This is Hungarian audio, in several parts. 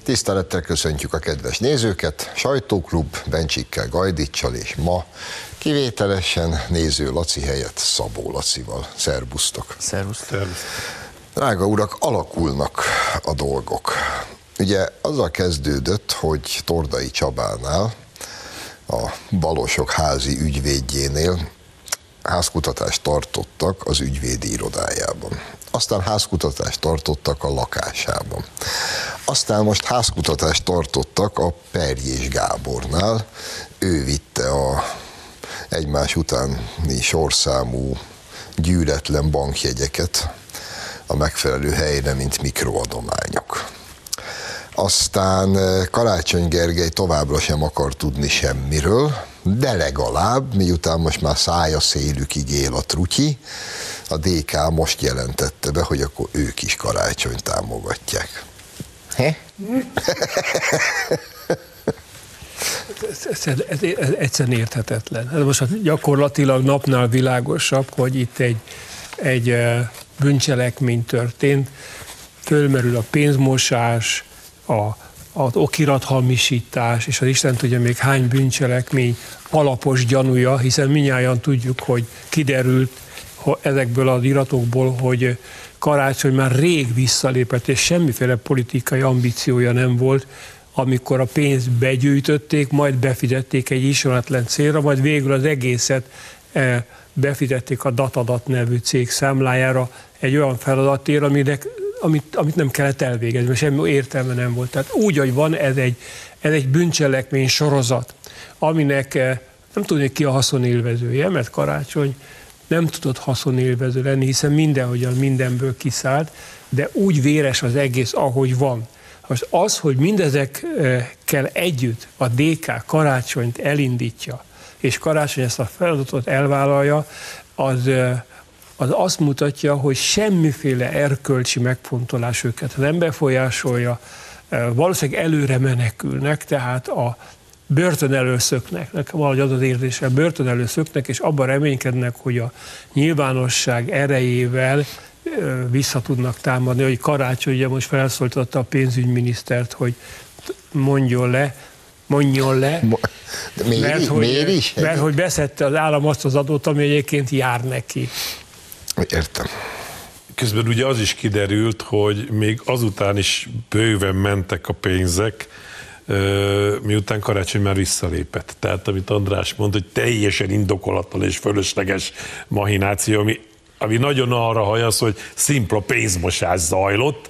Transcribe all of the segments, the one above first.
Tisztelettel köszöntjük a kedves nézőket, Sajtóklub Bencsikkel, Gajdicsal és ma kivételesen Néző Laci helyett Szabó Lacival. Szerbusztok! Szervusz! Drága urak, alakulnak a dolgok. Ugye azzal kezdődött, hogy Tordai Csabánál, a Balosok házi ügyvédjénél házkutatást tartottak az ügyvédi irodájában. Aztán házkutatást tartottak a lakásában. Aztán most házkutatást tartottak a Perjés Gábornál. Ő vitte a egymás utáni sorszámú gyűretlen bankjegyeket a megfelelő helyre, mint mikroadományok. Aztán Karácsony Gergely továbbra sem akar tudni semmiről, de legalább, miután most már szája szélükig él a trutyi, a DK most jelentette be, hogy akkor ők is Karácsonyt támogatják. Ez egyszerűen érthetetlen. Ez most gyakorlatilag napnál világosabb, hogy itt egy bűncselekmény történt, fölmerül a pénzmosás, az okirathamisítás, és az Isten tudja még hány bűncselekmény alapos gyanúja, hiszen mindnyájan tudjuk, hogy kiderült ezekből az iratokból, hogy Karácsony már rég visszalépett, és semmiféle politikai ambíciója nem volt, amikor a pénzt begyűjtötték, majd befizették egy ismeretlen célra, majd végül az egészet befizették a Datadat nevű cég számlájára egy olyan feladatért, amit nem kellett elvégezni, mert semmi értelme nem volt. Tehát úgy, hogy van, ez egy bűncselekmény sorozat, aminek nem tudni ki a haszonélvezője, mert Karácsony nem tudott haszonélvező lenni, hiszen mindenhogyan mindenből kiszállt, de úgy véres az egész, ahogy van. Most az, hogy mindezekkel együtt a DK Karácsonyt elindítja, és Karácsony ezt a feladatot elvállalja, az azt mutatja, hogy semmiféle erkölcsi megfontolás őket nem befolyásolja, valószínűleg előre menekülnek, tehát a börtön elől szöknek, valahogy az az érzése, börtön elől szöknek, és abban reménykednek, hogy a nyilvánosság erejével vissza tudnak támadni, hogy Karácsony ugye most felszólította a pénzügyminisztert, hogy mondjon le, mert hogy beszedte az állam azt az adót, ami egyébként jár neki. Értem. Közben ugye az is kiderült, hogy még azután is bőven mentek a pénzek, miután Karácsony már visszalépett. Tehát amit András mond, hogy teljesen indokolatlan és fölösleges mahináció, ami nagyon arra hajaz, hogy szimpla pénzmosás zajlott,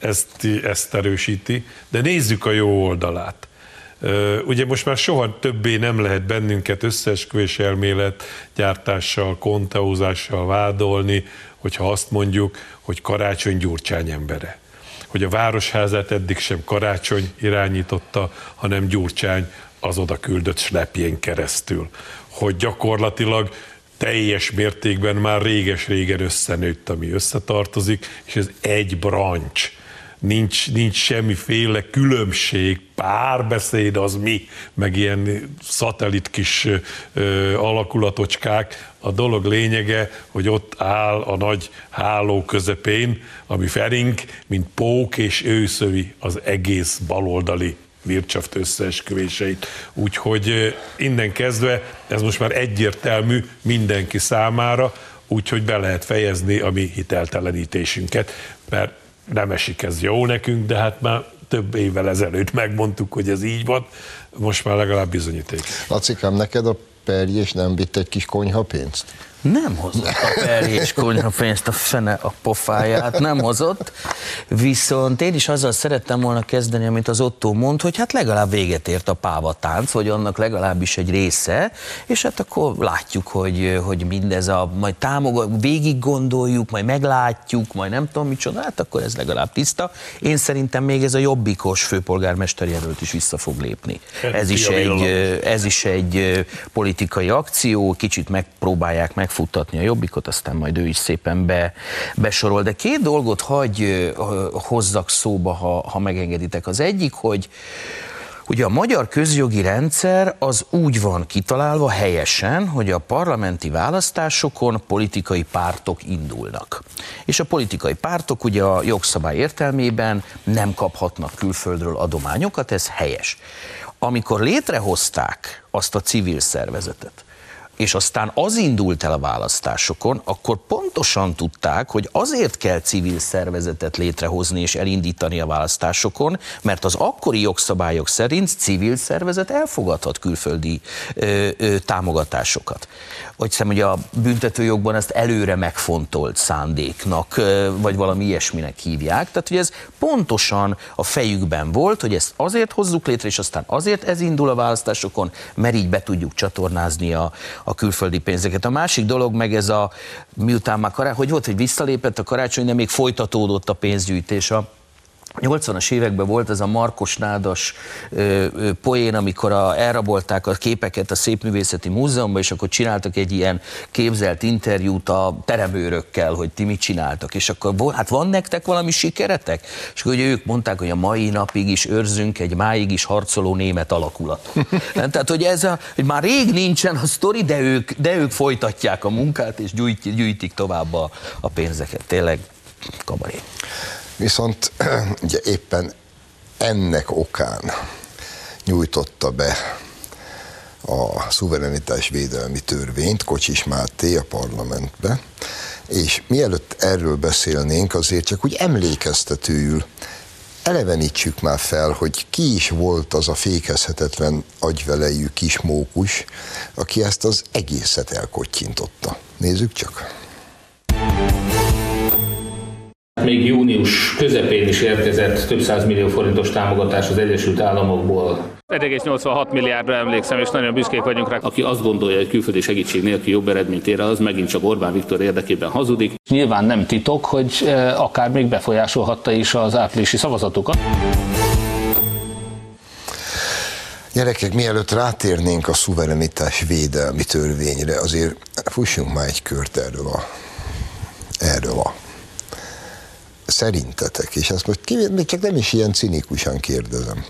ezt erősíti, de nézzük a jó oldalát. Ugye most már soha többé nem lehet bennünket összeesküvés elmélet gyártással, konteózással vádolni, hogyha azt mondjuk, hogy Karácsony Gyurcsány embere. Hogy a Városházát eddig sem Karácsony irányította, hanem Gyurcsány az oda küldött slepjén keresztül. Hogy gyakorlatilag teljes mértékben már réges-régen összenőtt, ami összetartozik, és ez egy brancs. Nincs semmiféle különbség, párbeszéd az mi, meg ilyen szatellit kis alakulatocskák. A dolog lényege, hogy ott áll a nagy háló közepén, ami fering, mint pók, és ő szövi az egész baloldali Vircsaft összeesküvéseit. Úgyhogy innen kezdve ez most már egyértelmű mindenki számára, úgyhogy be lehet fejezni a mi hiteltelenítésünket, mert nem esik ez jó nekünk, de hát már több évvel ezelőtt megmondtuk, hogy ez így van, most már legalább bizonyíték. Lacikám, neked a Perjés nem vitt egy kis konyhapénzt? Nem hozott a Perjés konyhapénzt, a fene a pofáját, nem hozott, viszont én is azzal szerettem volna kezdeni, amit az Otto mond, hogy hát legalább véget ért a pávatánc, vagy annak legalábbis egy része, és hát akkor látjuk, hogy mindez majd végig gondoljuk, majd meglátjuk, majd nem tudom micsoda, hát akkor ez legalább tiszta. Én szerintem még ez a jobbikos főpolgármester jelölt is vissza fog lépni. Ez is egy politikai akció, kicsit megpróbálják megfuttatni a Jobbikot, aztán majd ő is szépen besorol. De két dolgot hozzak szóba, ha megengeditek. Az egyik, Ugye a magyar közjogi rendszer az úgy van kitalálva helyesen, hogy a parlamenti választásokon politikai pártok indulnak. És a politikai pártok ugye a jogszabály értelmében nem kaphatnak külföldről adományokat, ez helyes. Amikor létrehozták azt a civil szervezetet, és aztán az indult el a választásokon, akkor pontosan tudták, hogy azért kell civil szervezetet létrehozni és elindítani a választásokon, mert az akkori jogszabályok szerint civil szervezet elfogadhat külföldi támogatásokat. Hogy hiszem, hogy a büntetőjogban ezt előre megfontolt szándéknak, vagy valami ilyesminek hívják. Tehát, hogy ez pontosan a fejükben volt, hogy ezt azért hozzuk létre, és aztán azért ez indul a választásokon, mert így be tudjuk csatornázni a külföldi pénzeket. A másik dolog meg ez miután már hogy volt, hogy visszalépett a Karácsony, de még folytatódott a pénzgyűjtés. A 80-as években volt ez a Markos nádas poén, amikor elrabolták a képeket a Szépművészeti Múzeumban, és akkor csináltak egy ilyen képzelt interjút a teremőrökkel, hogy ti mit csináltak, és akkor hát van nektek valami sikeretek? És akkor ugye ők mondták, hogy a mai napig is őrzünk egy máig is harcoló német alakulat. Tehát, hogy hogy már rég nincsen a sztori, de ők folytatják a munkát, és gyűjtik tovább a pénzeket. Tényleg kabaré. Viszont ugye éppen ennek okán nyújtotta be a szuverenitásvédelmi törvényt Kocsis Máté a parlamentbe, és mielőtt erről beszélnénk, azért csak úgy emlékeztetőül elevenítsük már fel, hogy ki is volt az a fékezhetetlen agyvelejű kis mókus, aki ezt az egészet elkottyintotta. Nézzük csak! Még június közepén is érkezett több 100 millió forintos támogatás az Egyesült Államokból. 1,86 milliárdra emlékszem, és nagyon büszkék vagyunk rá. Aki azt gondolja, hogy külföldi segítség nélkül jobb eredményt ér el, az megint csak Orbán Viktor érdekében hazudik. Nyilván nem titok, hogy akár még befolyásolhatta is az áprilisi szavazatokat. Gyerekek, mielőtt rátérnénk a szuverenitásvédelmi törvényre, azért fussunk már egy kört erről a szerintetek, és ezt most még csak nem is ilyen cinikusan kérdezem.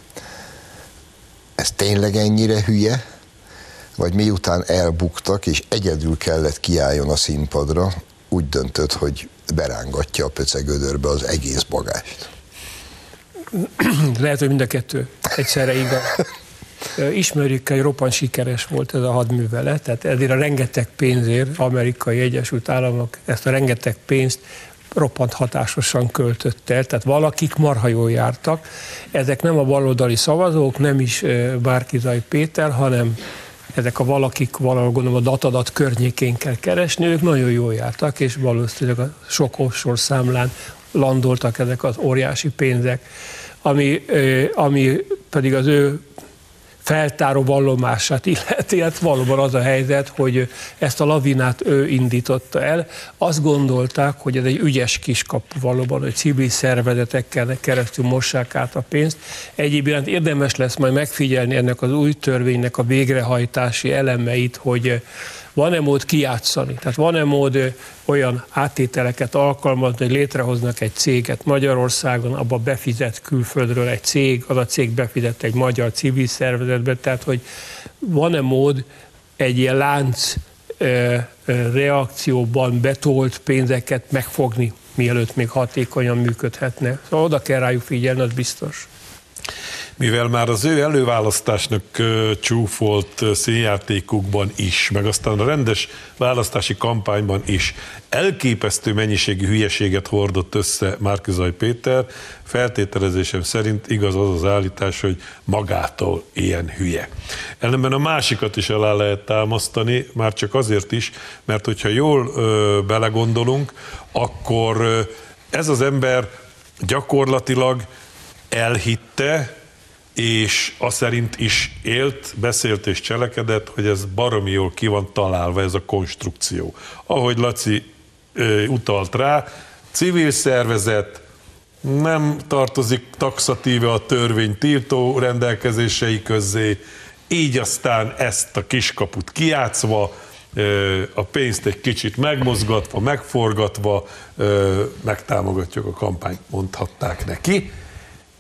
Ez tényleg ennyire hülye? Vagy miután elbuktak, és egyedül kellett kiálljon a színpadra, úgy döntött, hogy berángatja a pöcegödörbe az egész bagást? Lehet, hogy mind a kettő egyszerre igaz. Ismerjük, hogy roppant sikeres volt ez a hadművelet, tehát ezért a rengeteg pénzért Amerikai Egyesült Államok ezt a rengeteg pénzt roppant hatásosan költött el, tehát valakik marha jól jártak. Ezek nem a baloldali szavazók, nem is Bárki-Zay Péter, hanem ezek a valakik valahol gondolom a datadat környékén kell keresni, ők nagyon jól jártak, és valószínűleg a sok offshore számlán landoltak ezek az óriási pénzek, ami pedig az ő feltáró vallomását illeti, hát valóban az a helyzet, hogy ezt a lavinát ő indította el. Azt gondolták, hogy ez egy ügyes kiskapu valóban, hogy civil szervezetekkel keresztül mossák át a pénzt. Egyéb iránt érdemes lesz majd megfigyelni ennek az új törvénynek a végrehajtási elemeit, hogy van-e mód kijátszani? Tehát van-e mód olyan áttételeket alkalmazni, hogy létrehoznak egy céget Magyarországon, abba befizet külföldről egy cég, az a cég befizet egy magyar civil szervezetbe, tehát hogy van-e mód egy ilyen lánc reakcióban betolt pénzeket megfogni, mielőtt még hatékonyan működhetne. Szóval oda kell rájuk figyelni, az biztos. Mivel már az ő előválasztásnak csúfolt színjátékukban is, meg aztán a rendes választási kampányban is elképesztő mennyiségű hülyeséget hordott össze Márki-Zay Péter, feltételezésem szerint igaz az az állítás, hogy magától ilyen hülye. Ellenben a másikat is alá lehet támasztani, már csak azért is, mert hogyha jól belegondolunk, akkor ez az ember gyakorlatilag elhitte, és azt szerint is élt, beszélt és cselekedett, hogy ez baromi jól ki van találva, ez a konstrukció. Ahogy Laci utalt rá, civil szervezet nem tartozik taxatíve a törvény tiltó rendelkezései közé, így aztán ezt a kiskaput kijátszva, a pénzt egy kicsit megmozgatva, megforgatva, megtámogatjuk a kampányt, mondhatták neki.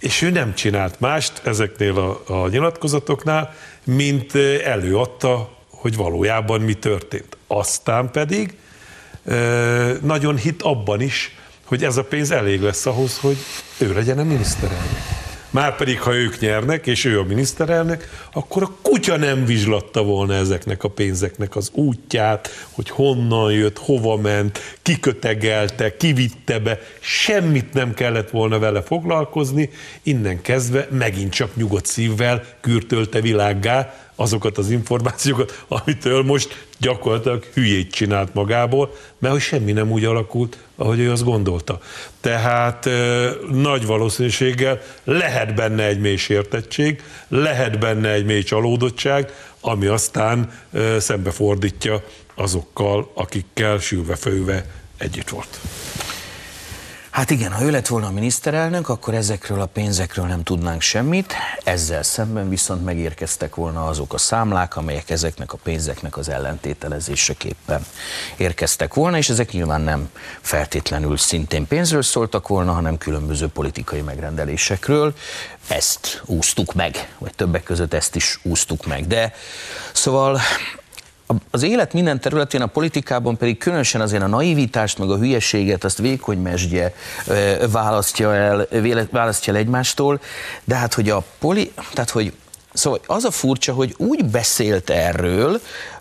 És ő nem csinált mást ezeknél a nyilatkozatoknál, mint előadta, hogy valójában mi történt. Aztán pedig nagyon hitt abban is, hogy ez a pénz elég lesz ahhoz, hogy ő legyen a miniszterelnök. Márpedig, ha ők nyernek, és ő a miniszterelnök, akkor a kutya nem vizslatta volna ezeknek a pénzeknek az útját, hogy honnan jött, hova ment, kikötegelte, kivitte be, semmit nem kellett volna vele foglalkozni, innen kezdve megint csak nyugodt szívvel kürtölte világgá azokat az információkat, amitől most gyakorlatilag hülyét csinált magából, mert hogy semmi nem úgy alakult, ahogy ő azt gondolta. Tehát nagy valószínűséggel lehet benne egy mély sértettség, lehet benne egy mély csalódottság, ami aztán szembefordítja azokkal, akikkel sülve-főve együtt volt. Hát igen, ha ő lett volna a miniszterelnök, akkor ezekről a pénzekről nem tudnánk semmit, ezzel szemben viszont megérkeztek volna azok a számlák, amelyek ezeknek a pénzeknek az ellentételezéseképpen érkeztek volna, és ezek nyilván nem feltétlenül szintén pénzről szóltak volna, hanem különböző politikai megrendelésekről. Ezt úsztuk meg, vagy többek között ezt is úsztuk meg. De szóval az élet minden területén, a politikában pedig különösen azért a naivitást, meg a hülyeséget, azt vékony mesdje választja el egymástól, de hát, hogy szóval az a furcsa, hogy úgy beszélt erről,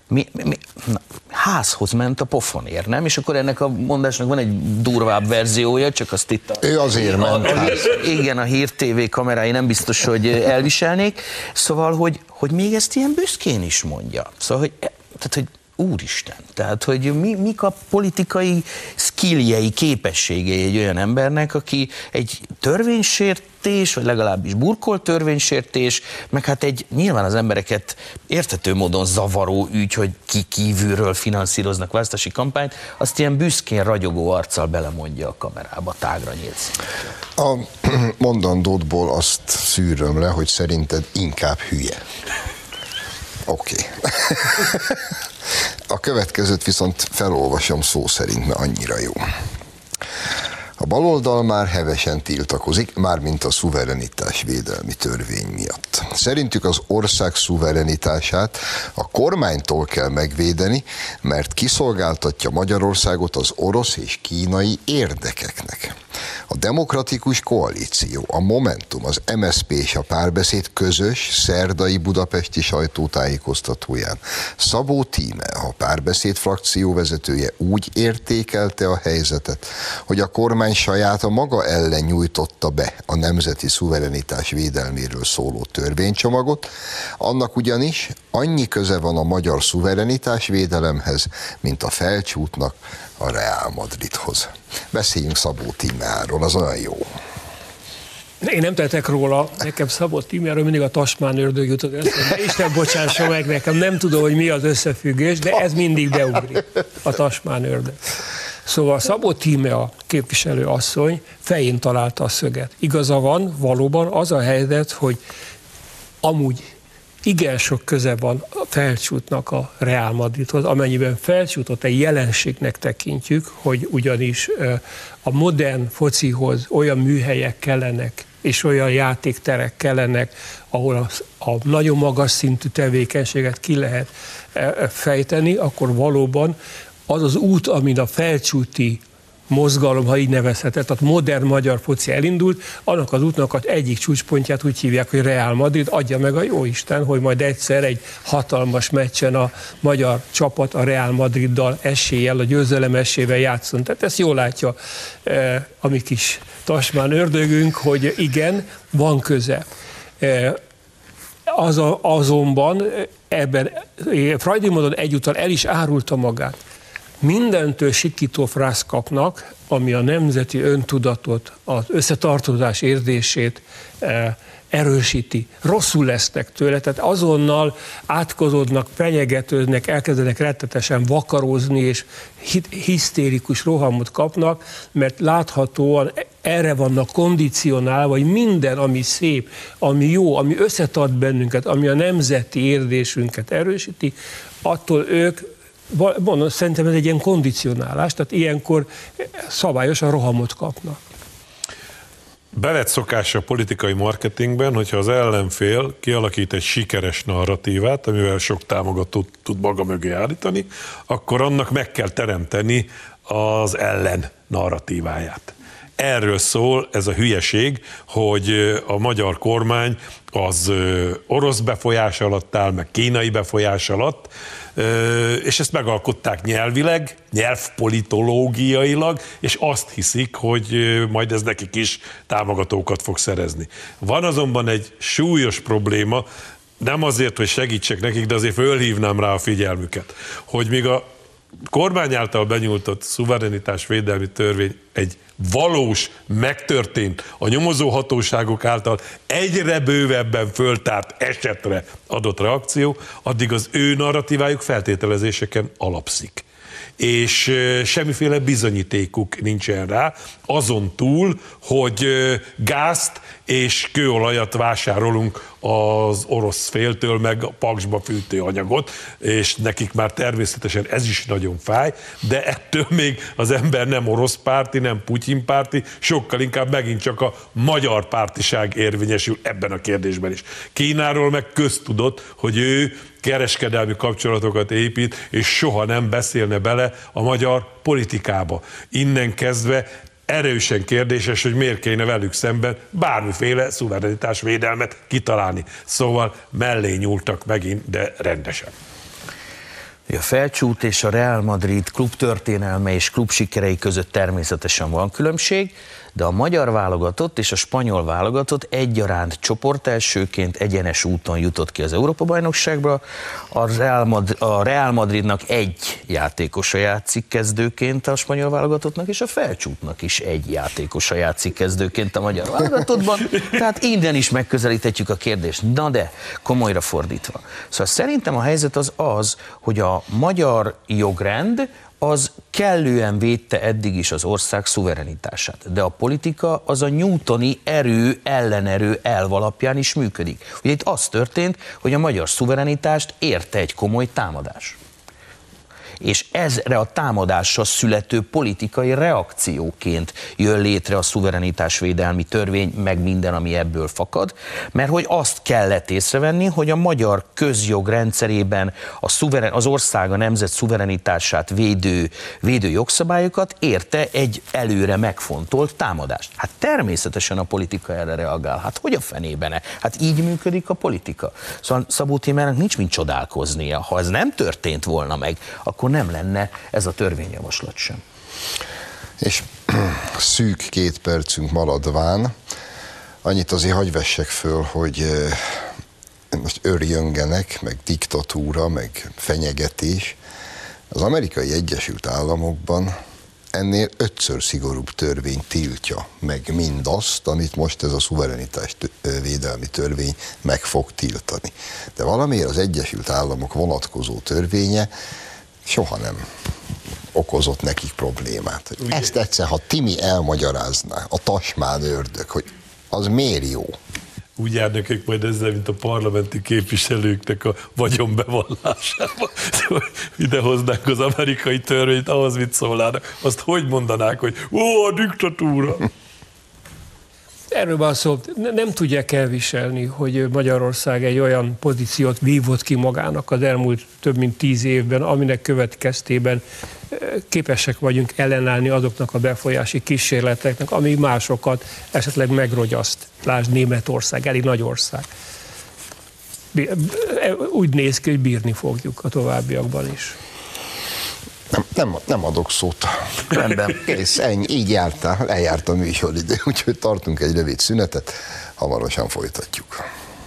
házhoz ment a pofonért, nem? És akkor ennek a mondásnak van egy durvább verziója, csak azt itt ő azért ment. Igen, a Hír TV kamerái nem biztos, hogy elviselnék. Szóval, hogy még ezt ilyen büszkén is mondja. Szóval, hogy úristen, tehát, hogy mik a politikai skilljei, képességei egy olyan embernek, aki egy törvénysértés, vagy legalábbis burkolt törvénysértés, meg hát nyilván az embereket érthető módon zavaró ügy, hogy ki kívülről finanszíroznak választási kampányt, azt ilyen büszkén ragyogó arccal belemondja a kamerába, tágra nyílt színűkkel. A mondandódból azt szűröm le, hogy szerinted inkább hülye. Oké. A következőt viszont felolvasom szó szerint, mert annyira jó. A baloldal már hevesen tiltakozik, mármint a szuverenitásvédelmi törvény miatt. Szerintük az ország szuverenitását a kormánytól kell megvédeni, mert kiszolgáltatja Magyarországot az orosz és kínai érdekeknek. A Demokratikus Koalíció, a Momentum, az MSZP és a Párbeszéd közös szerdai budapesti sajtótájékoztatóján Szabó Tíme, a Párbeszéd frakció vezetője úgy értékelte a helyzetet, hogy a kormány saját a maga ellen nyújtotta be a nemzeti szuverenitás védelméről szóló törvénycsomagot, annak ugyanis annyi köze van a magyar szuverenitás védelemhez, mint a Felcsútnak a Real Madridhoz. Beszéljünk Szabó Tímeáról, az olyan jó. Én nem tettek róla, nekem Szabó Tímeáról mindig a Tasmán ördög jutott eszembe. Isten bocsásson meg nekem, nem tudom, hogy mi az összefüggés, de ez mindig beugrik, a Tasmán ördög. Szóval Szabó Tíme, a képviselő asszony fején találta a szöget. Igaza van, valóban az a helyzet, hogy amúgy igen sok köze van a Felcsútnak a Real Madridhoz, amennyiben Felcsútot egy jelenségnek tekintjük, hogy ugyanis a modern focihoz olyan műhelyek kellenek, és olyan játékterek kellenek, ahol a nagyon magas szintű tevékenységet ki lehet fejteni, akkor valóban az az út, amin a felcsúti mozgalom, ha így nevezhetett, tehát modern magyar foci elindult, annak az útnak az egyik csúcspontját úgy hívják, hogy Real Madrid, adja meg a jóisten, hogy majd egyszer egy hatalmas meccsen a magyar csapat a Real Madriddal eséllyel, a győzelem esélyvel játszon. Tehát ezt jól látja a mi kis Tasmán ördögünk, hogy igen, van köze. Azonban ebben Frajdi módon egyúttal el is árulta magát. Mindentől sikító frászt kapnak, ami a nemzeti öntudatot, az összetartozás érzését erősíti. Rosszul lesznek tőle, tehát azonnal átkozódnak, fenyegetőznek, elkezdenek rettetesen vakarózni, és hisztérikus rohamot kapnak, mert láthatóan erre vannak kondicionálva, vagy minden, ami szép, ami jó, ami összetart bennünket, ami a nemzeti érzésünket erősíti, attól ők, mondom, szerintem ez egy ilyen kondicionálás, tehát ilyenkor szabályosan rohamot kapnak. belett szokása a politikai marketingben, hogyha az ellenfél kialakít egy sikeres narratívát, amivel sok támogatót tud maga mögé állítani, akkor annak meg kell teremteni az ellen narratíváját. Erről szól ez a hülyeség, hogy a magyar kormány az orosz befolyás alatt áll, meg kínai befolyás alatt, és ezt megalkották nyelvileg, nyelvpolitológiailag, és azt hiszik, hogy majd ez nekik is támogatókat fog szerezni. Van azonban egy súlyos probléma, nem azért, hogy segítsek nekik, de azért fölhívnám rá a figyelmüket, hogy míg a kormány által benyújtott szuverenitásvédelmi törvény egy valós, megtörtént, a nyomozóhatóságok által egyre bővebben föltárt esetre adott reakció, addig az ő narratívájuk feltételezéseken alapszik. És semmiféle bizonyítékuk nincsen rá, azon túl, hogy gázt és kőolajat vásárolunk az orosz féltől, meg a paksba fűtő anyagot, és nekik már természetesen ez is nagyon fáj, de ettől még az ember nem orosz párti, nem Putyin párti, sokkal inkább megint csak a magyar pártiság érvényesül ebben a kérdésben is. Kínáról meg köztudott, hogy ő kereskedelmi kapcsolatokat épít, és soha nem beszélne bele a magyar politikába. Innen kezdve erősen kérdéses, hogy miért kéne velük szemben bármiféle szuverenitásvédelmet kitalálni. Szóval mellé nyúltak megint, de rendesen. A Felcsút és a Real Madrid klubtörténelme és klubsikerei között természetesen van különbség, de a magyar válogatott és a spanyol válogatott egyaránt csoportelsőként egyenes úton jutott ki az Európa-bajnokságba. A Real Madridnak egy játékosa játszik kezdőként a spanyol válogatottnak, és a Felcsútnak is egy játékosa játszik kezdőként a magyar válogatottban. Tehát innen is megközelíthetjük a kérdést. Na de, komolyra fordítva. Szóval szerintem a helyzet az, hogy a magyar jogrend az kellően védte eddig is az ország szuverenitását. De a politika az a newtoni erő-ellenerő elv alapján is működik. Ugye itt az történt, hogy a magyar szuverenitást érte egy komoly támadás. És ezre a támadásra születő politikai reakcióként jön létre a szuverenitásvédelmi törvény, meg minden, ami ebből fakad, mert hogy azt kellett észrevenni, hogy a magyar közjog rendszerében az ország a nemzet szuverenitását védő jogszabályokat érte egy előre megfontolt támadást. Hát természetesen a politika erre reagál. Hát hogy a fenében? Hát így működik a politika. Szóval Szabó Tímenek nincs mit csodálkoznia. Ha ez nem történt volna meg, akkor nem lenne ez a törvényjavaslat sem. És szűk 2 percünk maradván, annyit azért hagyj vessek föl, hogy most örjöngenek, meg diktatúra, meg fenyegetés. Az Amerikai Egyesült Államokban ennél 5-ször szigorúbb törvény tiltja meg mindazt, amit most ez a szuverenitásvédelmi törvény meg fog tiltani. De valamiért az Egyesült Államok vonatkozó törvénye soha nem okozott nekik problémát. Ugye? Ezt egyszer, ha Timi elmagyarázná, a tasmán ördög, hogy az miért jó? Úgy járnak ők majd ezzel, mint a parlamenti képviselőknek a vagyonbevallásában. Ide hoznák az amerikai törvényt, ahhoz mit szólnának. Azt hogy mondanák, hogy a diktatúra? Erről van szó, nem tudják elviselni, hogy Magyarország egy olyan pozíciót vívott ki magának az elmúlt több mint 10 évben, aminek következtében képesek vagyunk ellenállni azoknak a befolyási kísérleteknek, amíg másokat esetleg megrogyaszt. Lásd Németország, elég nagy ország. Úgy néz ki, hogy bírni fogjuk a továbbiakban is. Nem adok szót. Rendben. Kész, ennyi, így jártál, lejárt a műsoridő, úgyhogy tartunk egy rövid szünetet, hamarosan folytatjuk.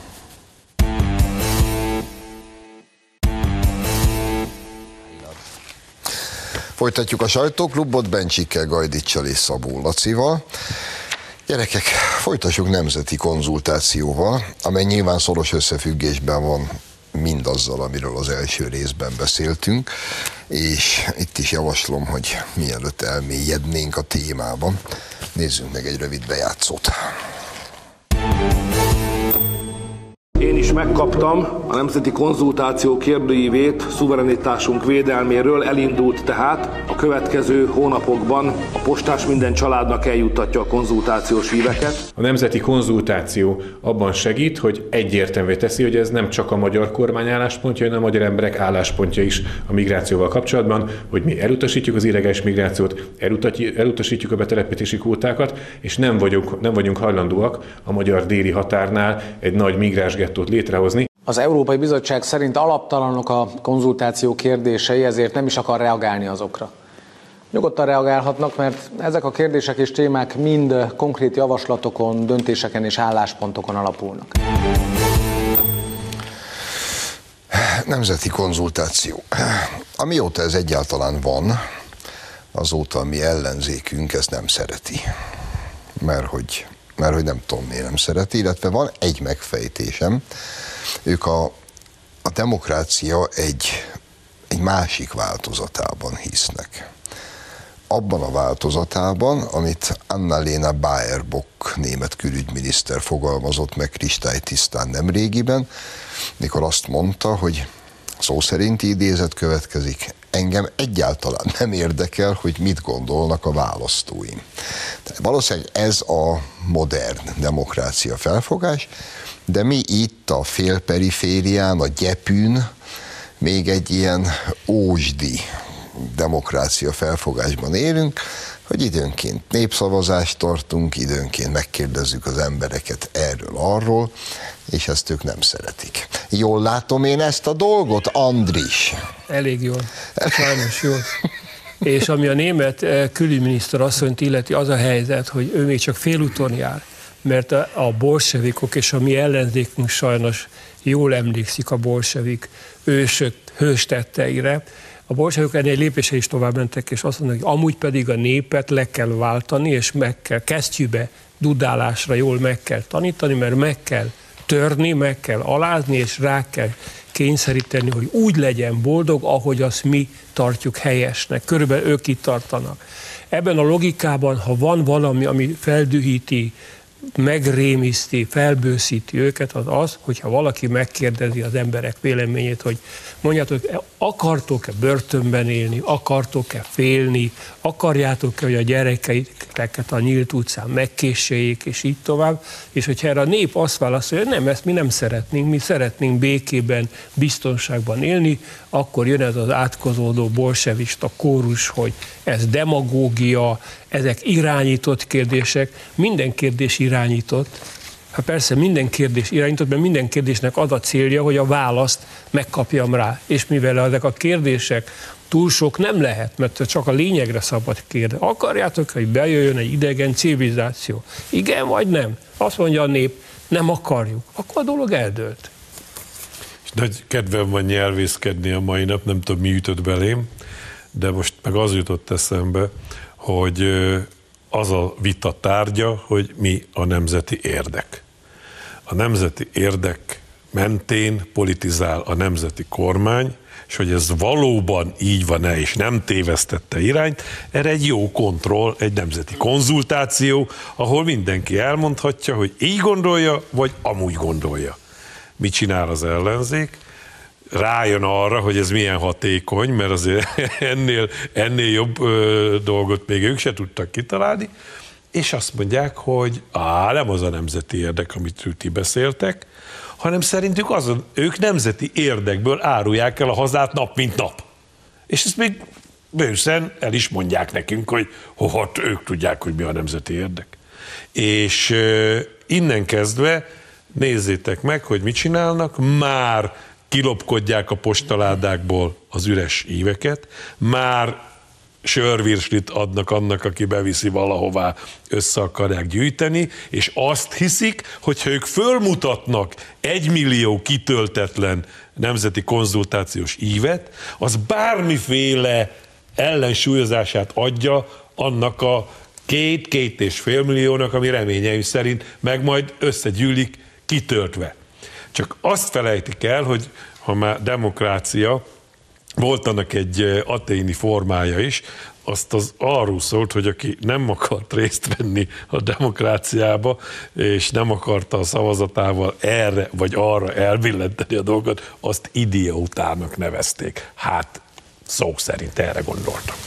Folytatjuk a sajtóklubot Bencsikkel, Gajdicsal és Szabó Lacival. Gyerekek, folytassuk nemzeti konzultációval, amely nyilván szoros összefüggésben van mindazzal, amiről az első részben beszéltünk, és itt is javaslom, hogy mielőtt elmélyednénk a témában, nézzünk meg egy rövid bejátszót. Én is megkaptam a nemzeti konzultáció kérdőívét szuverenitásunk védelméről, elindult tehát a következő hónapokban a postás minden családnak eljuttatja a konzultációs híveket. A nemzeti konzultáció abban segít, hogy egyértelművé teszi, hogy ez nem csak a magyar kormány álláspontja, hanem a magyar emberek álláspontja is a migrációval kapcsolatban, hogy mi elutasítjuk az illegális migrációt, elutasítjuk a betelepítési kvótákat, és nem vagyunk hajlandóak a magyar déli határnál egy nagy migránsgettót létrehozni. Az Európai Bizottság szerint alaptalanok a konzultáció kérdései, ezért nem is akar reagálni azokra. Nyugodtan reagálhatnak, mert ezek a kérdések és témák mind konkrét javaslatokon, döntéseken és álláspontokon alapulnak. Nemzeti konzultáció. Amióta ez egyáltalán van, azóta a mi ellenzékünk ezt nem szereti. Mert hogy nem tudom, miért nem szereti, illetve van egy megfejtésem. Ők a demokrácia egy másik változatában hisznek. Abban a változatában, amit Annalena Baerbock német külügyminiszter fogalmazott meg kristálytisztán nemrégiben, mikor azt mondta, hogy szó szerinti idézet következik, engem egyáltalán nem érdekel, hogy mit gondolnak a választóim. Tehát valószínűleg ez a modern demokrácia felfogás, de mi itt a félperiférián, a gyepűn még egy ilyen ósdi demokrácia felfogásban élünk, hogy időnként népszavazást tartunk, időnként megkérdezzük az embereket erről-arról, és ezt ők nem szeretik. Jól látom én ezt a dolgot, Andris? Elég jól, sajnos jól. És ami a német külügyminiszter asszonyt illeti, az a helyzet, hogy ő még csak félúton jár, mert a bolsevikok és a mi ellenzékünk sajnos jól emlékszik a bolsevik ősök hőstetteire. A bolsevikok ennél lépése is tovább mentek, és azt mondják, hogy amúgy pedig a népet le kell váltani, és meg kell kesztyűbe, dudálásra jól meg kell tanítani, mert meg kell törni, meg kell alázni, és rá kell kényszeríteni, hogy úgy legyen boldog, ahogy azt mi tartjuk helyesnek. Körülbelül ők itt tartanak. Ebben a logikában, ha van valami, ami feldühíti, megrémiszti, felbőszíti őket, az az, hogyha valaki megkérdezi az emberek véleményét, hogy mondjátok, akartok-e börtönben élni, akartok-e félni, akarjátok-e, hogy a gyerekeiket a nyílt utcán megkésseljék, és így tovább, és hogyha erre a nép azt válaszolja, hogy nem, ezt mi nem szeretnénk, mi szeretnénk békében, biztonságban élni, akkor jön ez az átkozódó bolsevista kórus, hogy ez demagógia, ezek irányított kérdések, minden kérdés irányított. Hát persze minden kérdés irányított, mert minden kérdésnek az a célja, hogy a választ megkapjam rá. És mivel ezek a kérdések túl sok nem lehet, mert csak a lényegre szabad kérdezni. Akarjátok, hogy bejöjjön egy idegen civilizáció? Igen vagy nem? Azt mondja a nép, nem akarjuk. Akkor a dolog eldőlt. És nagy kedvem van nyelvészkedni a mai nap, nem tudom, mi ütött belém, de most meg az jutott eszembe, hogy az a vita tárgya, hogy mi a nemzeti érdek. A nemzeti érdek mentén politizál a nemzeti kormány, és hogy ez valóban így van-e, és nem tévesztette irányt, erre egy jó kontroll, egy nemzeti konzultáció, ahol mindenki elmondhatja, hogy így gondolja, vagy amúgy gondolja. Mit csinál az ellenzék? Rájön arra, hogy ez milyen hatékony, mert azért ennél jobb dolgot még ők se tudtak kitalálni, és azt mondják, hogy nem az a nemzeti érdek, amit ti beszéltek, hanem szerintük ők nemzeti érdekből árulják el a hazát nap, mint nap. És ezt még bőszen el is mondják nekünk, hogy ők tudják, hogy mi a nemzeti érdek. És innen kezdve nézzétek meg, hogy mit csinálnak, már kilopkodják a postaládákból az üres íveket, már sörvirslit adnak annak, aki beviszi valahová, össze akarják gyűjteni, és azt hiszik, hogyha ők fölmutatnak 1 millió kitöltetlen nemzeti konzultációs ívet, az bármiféle ellensúlyozását adja annak a 2,5 milliónak, ami reményeim szerint meg majd összegyűlik kitöltve. Csak azt felejtik el, hogy ha már demokrácia, volt annak egy aténi formája is, azt az arról szólt, hogy aki nem akart részt venni a demokráciába, és nem akarta a szavazatával erre vagy arra elbillenteni a dolgot, azt idiótának nevezték. Hát szó szerint erre gondoltam.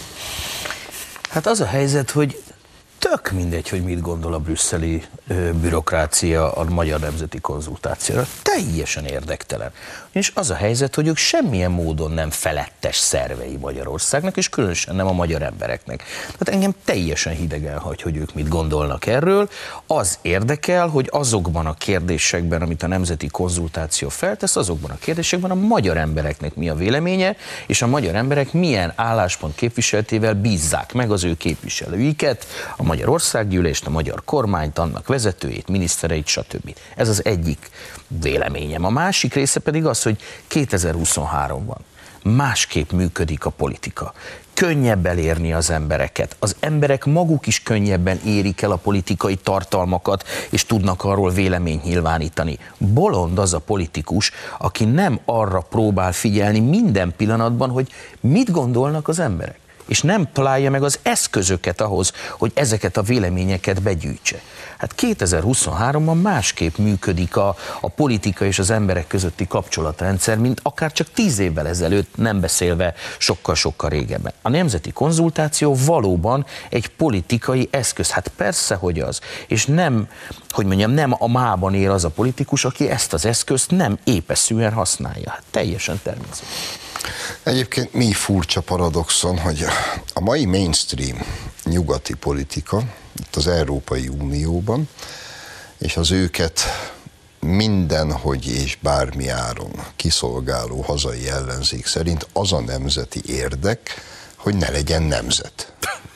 Hát az a helyzet, hogy tök mindegy, hogy mit gondol a brüsszeli bürokrácia a magyar nemzeti konzultációra. Teljesen érdektelen. És az a helyzet, hogy ők semmilyen módon nem felettes szervei Magyarországnak, és különösen nem a magyar embereknek. Tehát engem teljesen hidegen hagy, hogy ők mit gondolnak erről. Az érdekel, hogy azokban a kérdésekben, amit a nemzeti konzultáció feltesz, azokban a kérdésekben a magyar embereknek mi a véleménye, és a magyar emberek milyen álláspont képviseletével bízzák meg az ő képviselőiket, a Magyar Országgyűlést, a magyar kormányt, annak vezetőjét, minisztereit, stb. Ez az egyik véleményem. A másik része pedig az, hogy 2023-ban másképp működik a politika. Könnyebb elérni az embereket. Az emberek maguk is könnyebben érik el a politikai tartalmakat, és tudnak arról véleményt nyilvánítani. Bolond az a politikus, aki nem arra próbál figyelni minden pillanatban, hogy mit gondolnak az emberek, és nem találja meg az eszközöket ahhoz, hogy ezeket a véleményeket begyűjtse. Hát 2023-ban másképp működik a politika és az emberek közötti kapcsolatrendszer, mint akár csak 10 évvel ezelőtt, nem beszélve sokkal-sokkal régebben. A nemzeti konzultáció valóban egy politikai eszköz. Hát persze, hogy az. És nem, hogy mondjam, nem a mában ér az a politikus, aki ezt az eszközt nem épeszűen használja. Hát teljesen természetes. Egyébként mi furcsa paradoxon, hogy a mai mainstream nyugati politika, itt az Európai Unióban, és az őket mindenhogy és bármi áron kiszolgáló hazai ellenzék szerint az a nemzeti érdek, hogy ne legyen nemzet.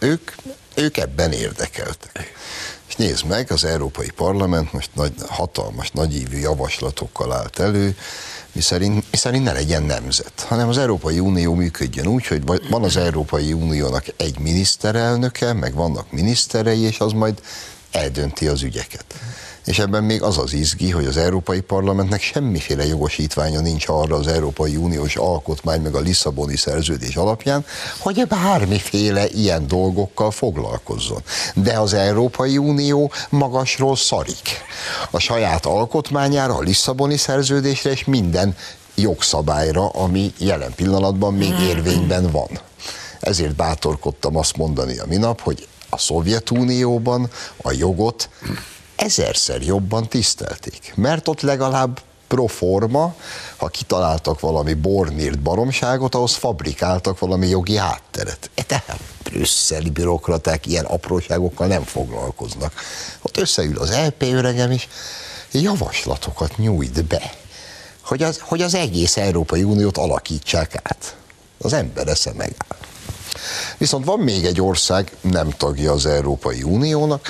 Ők ebben érdekeltek. És nézd meg, az Európai Parlament most hatalmas, nagyívű javaslatokkal állt elő, miszerint ne legyen nemzet, hanem az Európai Unió működjön úgy, hogy van az Európai Uniónak egy miniszterelnöke, meg vannak miniszterei, és az majd eldönti az ügyeket. És ebben még az az izgi, hogy az Európai Parlamentnek semmiféle jogosítványa nincs arra az Európai Uniós alkotmány meg a Lisszaboni szerződés alapján, hogy bármiféle ilyen dolgokkal foglalkozzon. De az Európai Unió magasról szarik a saját alkotmányára, a Lisszaboni szerződésre és minden jogszabályra, ami jelen pillanatban még érvényben van. Ezért bátorkodtam azt mondani a minap, hogy a Szovjetunióban a jogot 1000-szer jobban tisztelték, mert ott legalább pro forma, ha kitaláltak valami bornírt baromságot, ahhoz fabrikáltak valami jogi hátteret. Tehát brüsszeli bürokraták ilyen apróságokkal nem foglalkoznak. Ott összeül az EP öregem is, javaslatokat nyújt be, hogy az egész Európai Uniót alakítsák át. Az ember esze megáll. Viszont van még egy ország, nem tagja az Európai Uniónak,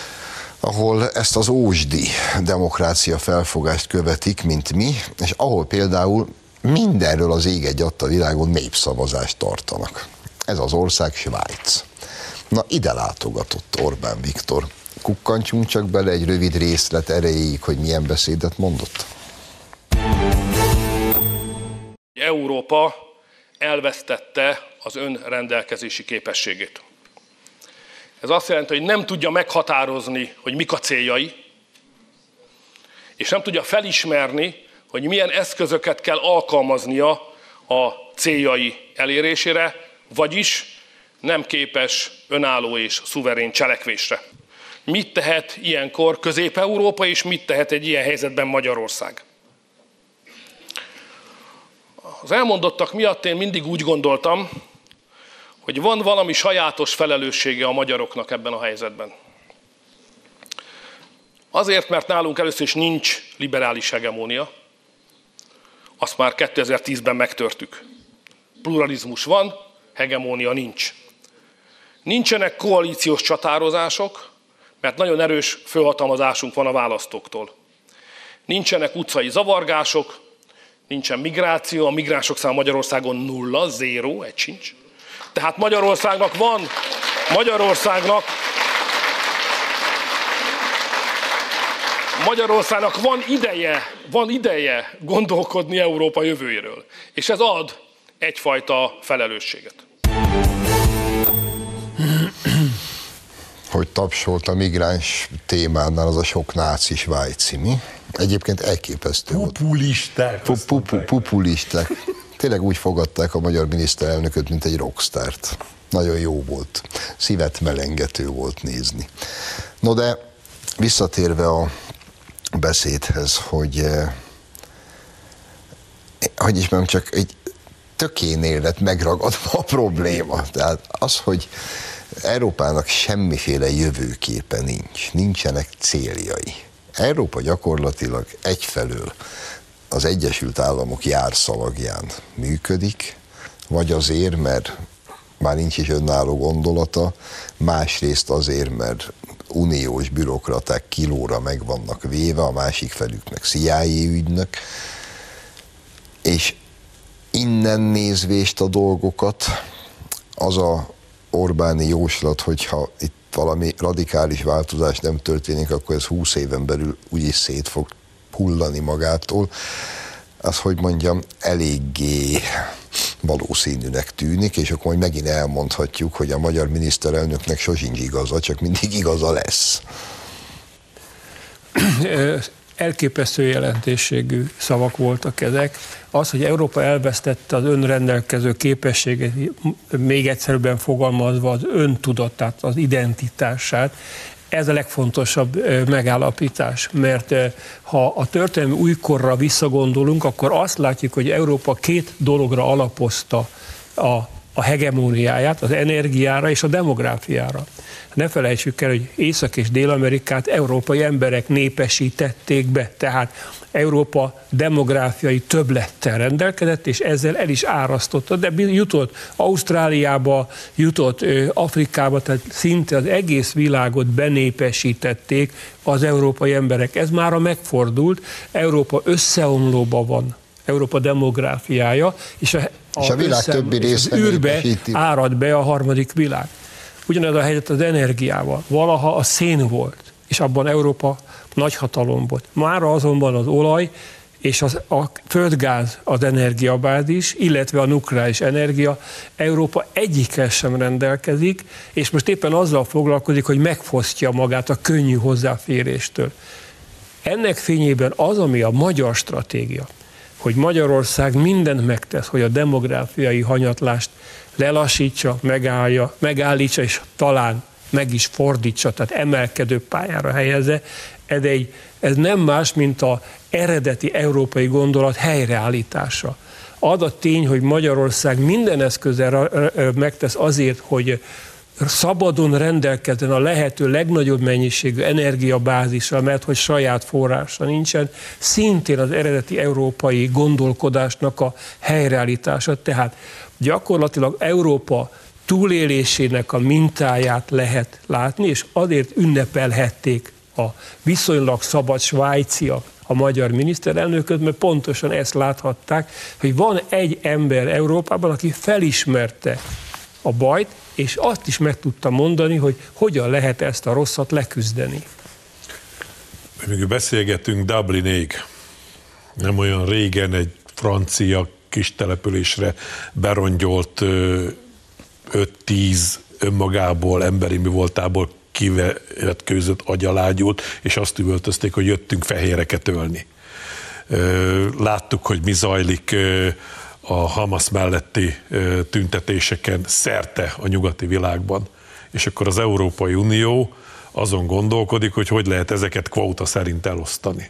ahol ezt az ósdi demokrácia felfogást követik, mint mi, és ahol például mindenről az ég egy adta világon népszavazást tartanak. Ez az ország Svájc. Na, ide látogatott Orbán Viktor. Kukkantsunk csak bele egy rövid részlet erejéig, hogy milyen beszédet mondott. Európa elvesztette az önrendelkezési képességét. Ez azt jelenti, hogy nem tudja meghatározni, hogy mik a céljai, és nem tudja felismerni, hogy milyen eszközöket kell alkalmaznia a céljai elérésére, vagyis nem képes önálló és szuverén cselekvésre. Mit tehet ilyenkor Közép-Európa, és mit tehet egy ilyen helyzetben Magyarország? Az elmondottak miatt én mindig úgy gondoltam, hogy van valami sajátos felelőssége a magyaroknak ebben a helyzetben. Azért, mert nálunk először is nincs liberális hegemónia, azt már 2010-ben megtörtük. Pluralizmus van, hegemónia nincs. Nincsenek koalíciós csatározások, mert nagyon erős fölhatalmazásunk van a választóktól. Nincsenek utcai zavargások, nincsen migráció, a migránsok száma Magyarországon 0, 0, egy sincs. Tehát Magyarországnak van ideje gondolkodni Európa jövőjéről. És ez ad egyfajta felelősséget. hogy tapsolt a migráns témánál az a sok náci svájci, mi? Egyébként elképesztő volt. Populisták. Tényleg úgy fogadták a magyar miniszterelnököt, mint egy rockstart. Nagyon jó volt. Szívet melengető volt nézni. No de visszatérve a beszédhez, hogy is mondjam, csak egy tökénél lett megragadva a probléma. Tehát az, hogy Európának semmiféle jövőképe nincsenek céljai. Európa gyakorlatilag egyfelől az Egyesült Államok járszalagján működik, vagy azért, mert már nincs is önálló gondolata, másrészt azért, mert uniós bürokraták kilóra meg vannak véve, a másik felük meg CIA ügynök, és innen nézvést a dolgokat, az a Orbáni jóslat, hogyha itt valami radikális változás nem történik, akkor ez 20 éven belül úgyis szét fog hullani magától. Az, hogy mondjam, eléggé valószínűnek tűnik, és akkor majd megint elmondhatjuk, hogy a magyar miniszterelnöknek sosincs igaza, csak mindig igaza lesz. Elképesztő jelentőségű szavak voltak ezek. Az, hogy Európa elvesztette az önrendelkező képességet, még egyszerűbben fogalmazva az öntudatát, az identitását, ez a legfontosabb megállapítás, mert ha a történelmi újkorra visszagondolunk, akkor azt látjuk, hogy Európa két dologra alapozta a hegemóniáját, az energiára és a demográfiára. Ne felejtsük el, hogy Észak- és Dél-Amerikát európai emberek népesítették be, tehát Európa demográfiai többlettel rendelkezett, és ezzel el is árasztotta, de jutott Ausztráliába, jutott Afrikába, tehát szinte az egész világot benépesítették az európai emberek. Ez mára megfordult, Európa összeomlóba van, Európa demográfiája, és a világ többi része űrbe árad be a harmadik világ. Ugyanez a helyzet az energiával. Valaha a szén volt, és abban Európa nagyhatalom volt. Mára azonban az olaj és a földgáz az energiabázis, illetve a nukleáris energia, Európa egyikkel sem rendelkezik, és most éppen azzal foglalkozik, hogy megfosztja magát a könnyű hozzáféréstől. Ennek fényében az, ami a magyar stratégia, hogy Magyarország mindent megtesz, hogy a demográfiai hanyatlást lelassítsa, megállítsa, és talán meg is fordítsa, tehát emelkedő pályára helyezze, ez nem más, mint az eredeti európai gondolat helyreállítása. Az a tény, hogy Magyarország minden eszközzel megtesz azért, hogy szabadon rendelkezzen a lehető legnagyobb mennyiségű energiabázisra, mert hogy saját forrása nincsen, szintén az eredeti európai gondolkodásnak a helyreállítása. Tehát gyakorlatilag Európa túlélésének a mintáját lehet látni, és azért ünnepelhették a viszonylag szabad svájciak a magyar miniszterelnököt, mert pontosan ezt láthatták, hogy van egy ember Európában, aki felismerte a bajt, és azt is meg tudta mondani, hogy hogyan lehet ezt a rosszat leküzdeni. Még beszélgetünk Dublinig. Nem olyan régen egy francia kis településre berongyolt 5-10 önmagából, emberi mi voltából kivetkőzött agyalágyút, és azt üvöltözték, hogy jöttünk fehéreket ölni. Láttuk, hogy mi zajlik a Hamas melletti tüntetéseken szerte a nyugati világban. És akkor az Európai Unió azon gondolkodik, hogy lehet ezeket kvóta szerint elosztani.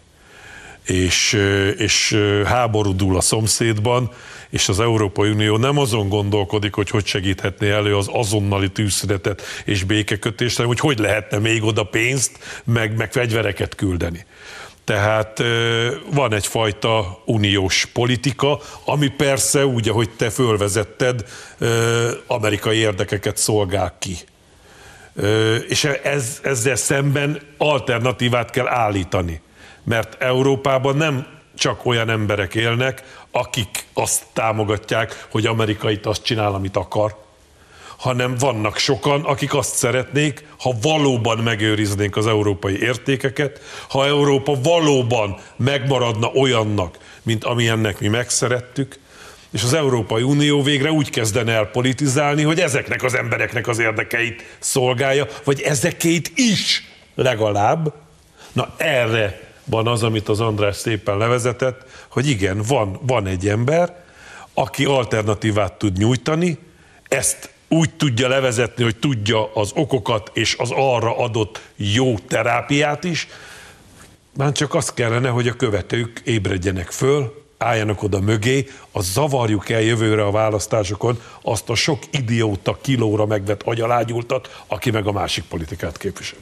És háború dúl a szomszédban, és az Európai Unió nem azon gondolkodik, hogy segíthetné elő az azonnali tűzszünetet és békekötést, hanem hogy lehetne még oda pénzt, meg fegyvereket küldeni. Tehát van egyfajta uniós politika, ami persze úgy, ahogy te fölvezetted, amerikai érdekeket szolgál ki. És ezzel szemben alternatívát kell állítani. Mert Európában nem csak olyan emberek élnek, akik azt támogatják, hogy Amerika itt azt csinál, amit akar, hanem vannak sokan, akik azt szeretnék, ha valóban megőriznénk az európai értékeket, ha Európa valóban megmaradna olyannak, mint amilyennek mi megszerettük, és az Európai Unió végre úgy kezdene el politizálni, hogy ezeknek az embereknek az érdekeit szolgálja, vagy ezekét is legalább. Na erre van az, amit az András szépen levezetett, hogy igen, van egy ember, aki alternatívát tud nyújtani, ezt úgy tudja levezetni, hogy tudja az okokat és az arra adott jó terápiát is, már csak azt kellene, hogy a követők ébredjenek föl, álljanak oda mögé, az zavarjuk el jövőre a választásokon azt a sok idióta kilóra megvett agyalágyultat, aki meg a másik politikát képviseli.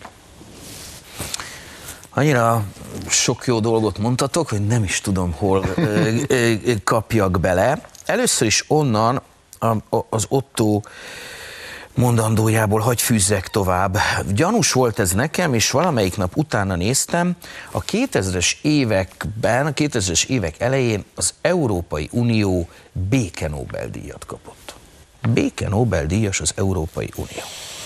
Annyira sok jó dolgot mondtatok, hogy nem is tudom, hol kapjak bele. Először is onnan az Otto mondandójából hagy fűzzek tovább. Gyanús volt ez nekem, és valamelyik nap utána néztem, a 2000-es évek elején az Európai Unió béke Nobel-díjat kapott. Béke Nobel-díjas az Európai Unió.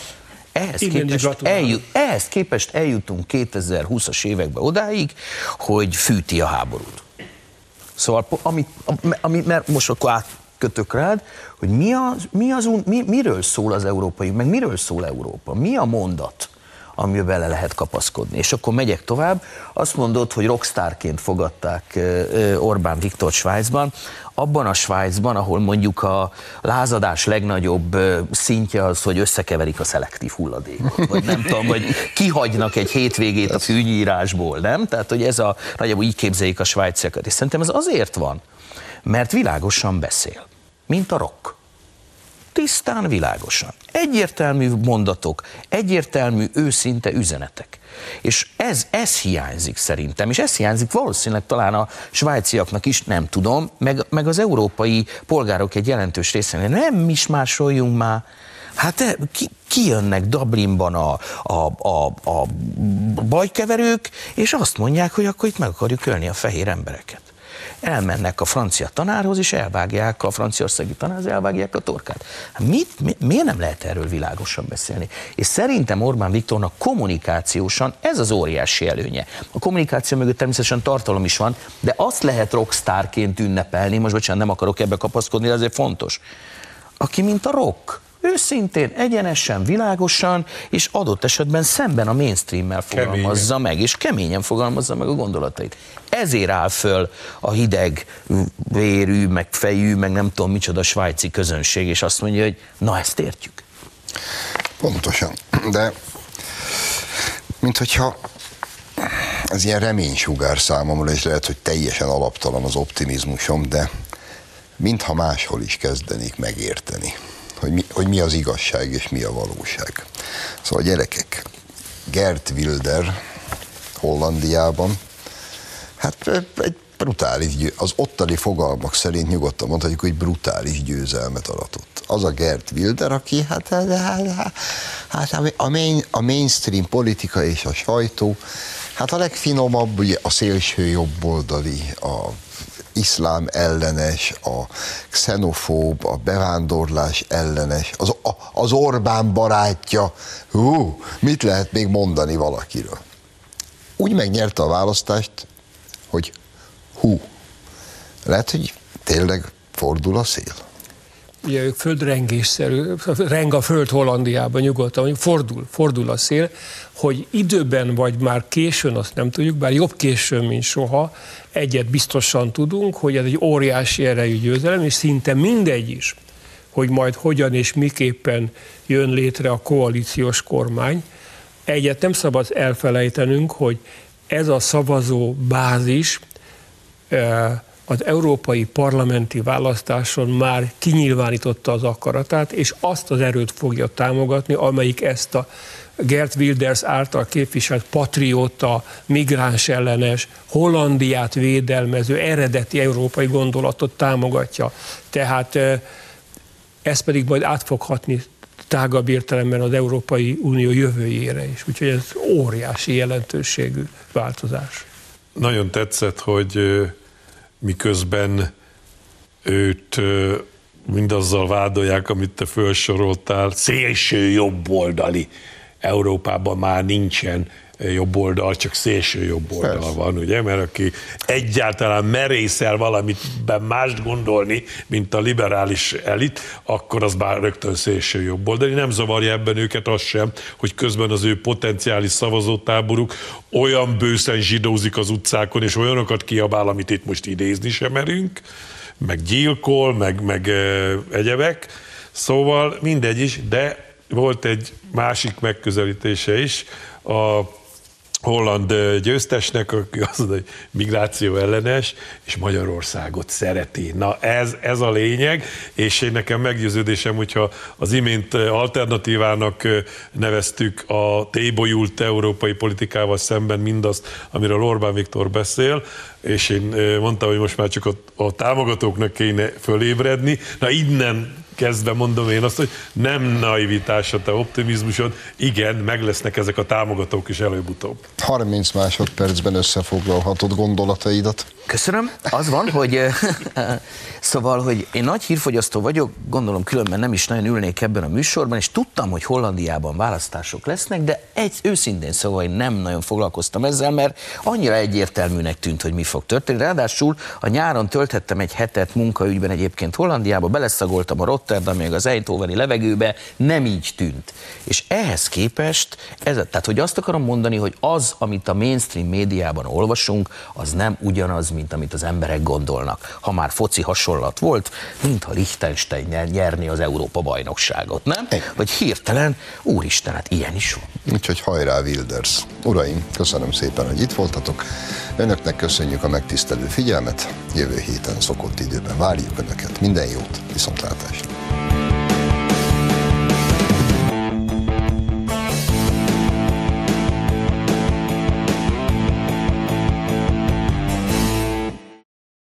Ehhez képest eljutunk 2020-as években odáig, hogy fűti a háborút. Szóval, mert most akkor átkötök rád, hogy miről szól az európai, meg miről szól Európa, mi a mondat, amiben bele lehet kapaszkodni. És akkor megyek tovább, azt mondod, hogy rockstárként fogadták Orbán Viktor Svájcban, abban a Svájcban, ahol mondjuk a lázadás legnagyobb szintje az, hogy összekeverik a szelektív hulladékot, vagy nem tudom, vagy kihagynak egy hétvégét a fűnyírásból, nem? Tehát, hogy ez nagyjából így képzeljék a svájciakat. És szerintem ez azért van, mert világosan beszél, mint a rock. Tisztán, világosan. Egyértelmű mondatok, egyértelmű, őszinte üzenetek. És ez hiányzik szerintem, és ez hiányzik valószínűleg talán a svájciaknak is, nem tudom, meg az európai polgárok egy jelentős részénél. Nem is másoljunk már. Hát kijönnek Dublinban a bajkeverők, és azt mondják, hogy akkor itt meg akarjuk ölni a fehér embereket. Elmennek a francia tanárhoz, és elvágják a franciaországi tanárhoz, elvágják a torkát. Miért nem lehet erről világosan beszélni? És szerintem Orbán Viktornak kommunikációsan ez az óriási előnye. A kommunikáció mögött természetesen tartalom is van, de azt lehet rockstárként ünnepelni, most bocsánat, nem akarok ebbe kapaszkodni, de azért fontos. Aki mint a rock, őszintén, egyenesen, világosan, és adott esetben szemben a mainstreammel fogalmazza meg, és keményen fogalmazza meg a gondolatait. Ezért áll föl a hideg vérű, meg fejű, meg nem tudom micsoda svájci közönség, és azt mondja, hogy na ezt értjük. Pontosan, de minthogyha ez ilyen reménysugár számomra, és lehet, hogy teljesen alaptalan az optimizmusom, de mintha máshol is kezdenék megérteni, hogy mi az igazság és mi a valóság. Szóval gyerekek, Geert Wilders Hollandiában, hát egy brutális, az ottani fogalmak szerint nyugodtan mondhatjuk, hogy brutális győzelmet aratott. Az a Geert Wilders, aki a mainstream politika és a sajtó, hát a legfinomabb, ugye a szélső jobboldali, a iszlám ellenes, a xenofób, a bevándorlás ellenes, az Orbán barátja, mit lehet még mondani valakiről? Úgy megnyerte a választást, hogy lehet, hogy tényleg fordul a szél. Ugye ők földrengésszerű, reng a föld Hollandiában nyugodtan, fordul a szél, hogy időben vagy már későn, azt nem tudjuk, bár jobb későn, mint soha, egyet biztosan tudunk, hogy ez egy óriási erejű győzelem, és szinte mindegy is, hogy majd hogyan és miképpen jön létre a koalíciós kormány. Egyet nem szabad elfelejtenünk, hogy ez a szavazó bázis az európai parlamenti választáson már kinyilvánította az akaratát, és azt az erőt fogja támogatni, amelyik ezt a Geert Wilders által képviselt patrióta, migráns ellenes, Hollandiát védelmező, eredeti európai gondolatot támogatja. Tehát ez pedig majd át fog hatni tágabb értelemben az Európai Unió jövőjére is. Úgyhogy ez óriási jelentőségű változás. Nagyon tetszett, hogy miközben őt mindazzal vádolják, amit te felsoroltál, szélső jobboldali, Európában már nincsen, jobb oldal, csak szélső jobb oldal Persze. van, ugye, mert aki egyáltalán merészel valamiben mást gondolni, mint a liberális elit, akkor az már rögtön szélső jobb oldal. Nem zavarja ebben őket az sem, hogy közben az ő potenciális szavazótáboruk olyan bőszen zsidózik az utcákon, és olyanokat kiabál, amit itt most idézni sem merünk, meg gyilkol, meg egyebek. Szóval mindegy is, de volt egy másik megközelítése is a holland győztesnek, aki azt mondja, hogy migráció ellenes, és Magyarországot szereti. Na ez a lényeg, és én nekem meggyőződésem, hogyha az imént alternatívának neveztük a tébolyult európai politikával szemben mindazt, amiről Orbán Viktor beszél, és én mondtam, hogy most már csak a támogatóknak kéne fölébredni. Na innen kezdve mondom én azt, hogy nem naivitás a te optimizmusod, igen, meg lesznek ezek a támogatók is előbb-utóbb. 30 másodpercben összefoglalhatod gondolataidat. Köszönöm. Az van, hogy szóval, hogy én nagy hírfogyasztó vagyok, gondolom különben nem is nagyon ülnék ebben a műsorban, és tudtam, hogy Hollandiában választások lesznek, de őszintén szóval én nem nagyon foglalkoztam ezzel, mert annyira egyértelműnek tűnt, hogy mi fog történni. Ráadásul a nyáron tölthettem egy hetet munkaügyben egyébként Hollandiába, beleszagoltam a Rotterdam, még az Eindhoveni levegőbe, nem így tűnt. És ehhez képest, tehát hogy azt akarom mondani, hogy az, amit a mainstream médiában olvasunk, az nem ugyanaz, mint amit az emberek gondolnak. Ha már foci hasonlat volt, mintha Liechtenstein nyerni az Európa-bajnokságot, nem? Vagy hirtelen, úristen, hát ilyen is van. Úgyhogy hajrá Wilders! Uraim, köszönöm szépen, hogy itt voltatok. Önöknek köszönjük a megtisztelő figyelmet. Jövő héten szokott időben várjuk Önöket. Minden jót, viszontlátásra!